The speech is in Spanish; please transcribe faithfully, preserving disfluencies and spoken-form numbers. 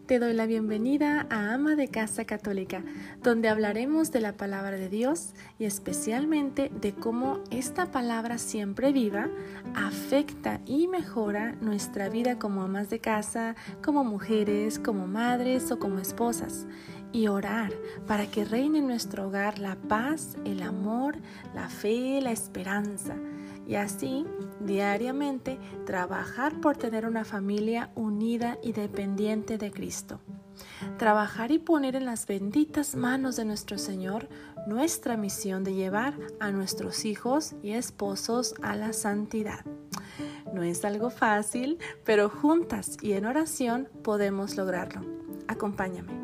te doy la bienvenida a Ama de Casa Católica, donde hablaremos de la palabra de Dios y especialmente de cómo esta palabra siempre viva afecta y mejora nuestra vida como amas de casa, como mujeres, como madres o como esposas. Y orar para que reine en nuestro hogar la paz, el amor, la fe, la esperanza. Y así, diariamente, trabajar por tener una familia unida y dependiente de Cristo. Trabajar y poner en las benditas manos de nuestro Señor nuestra misión de llevar a nuestros hijos y esposos a la santidad. No es algo fácil, pero juntas y en oración podemos lograrlo. Acompáñame.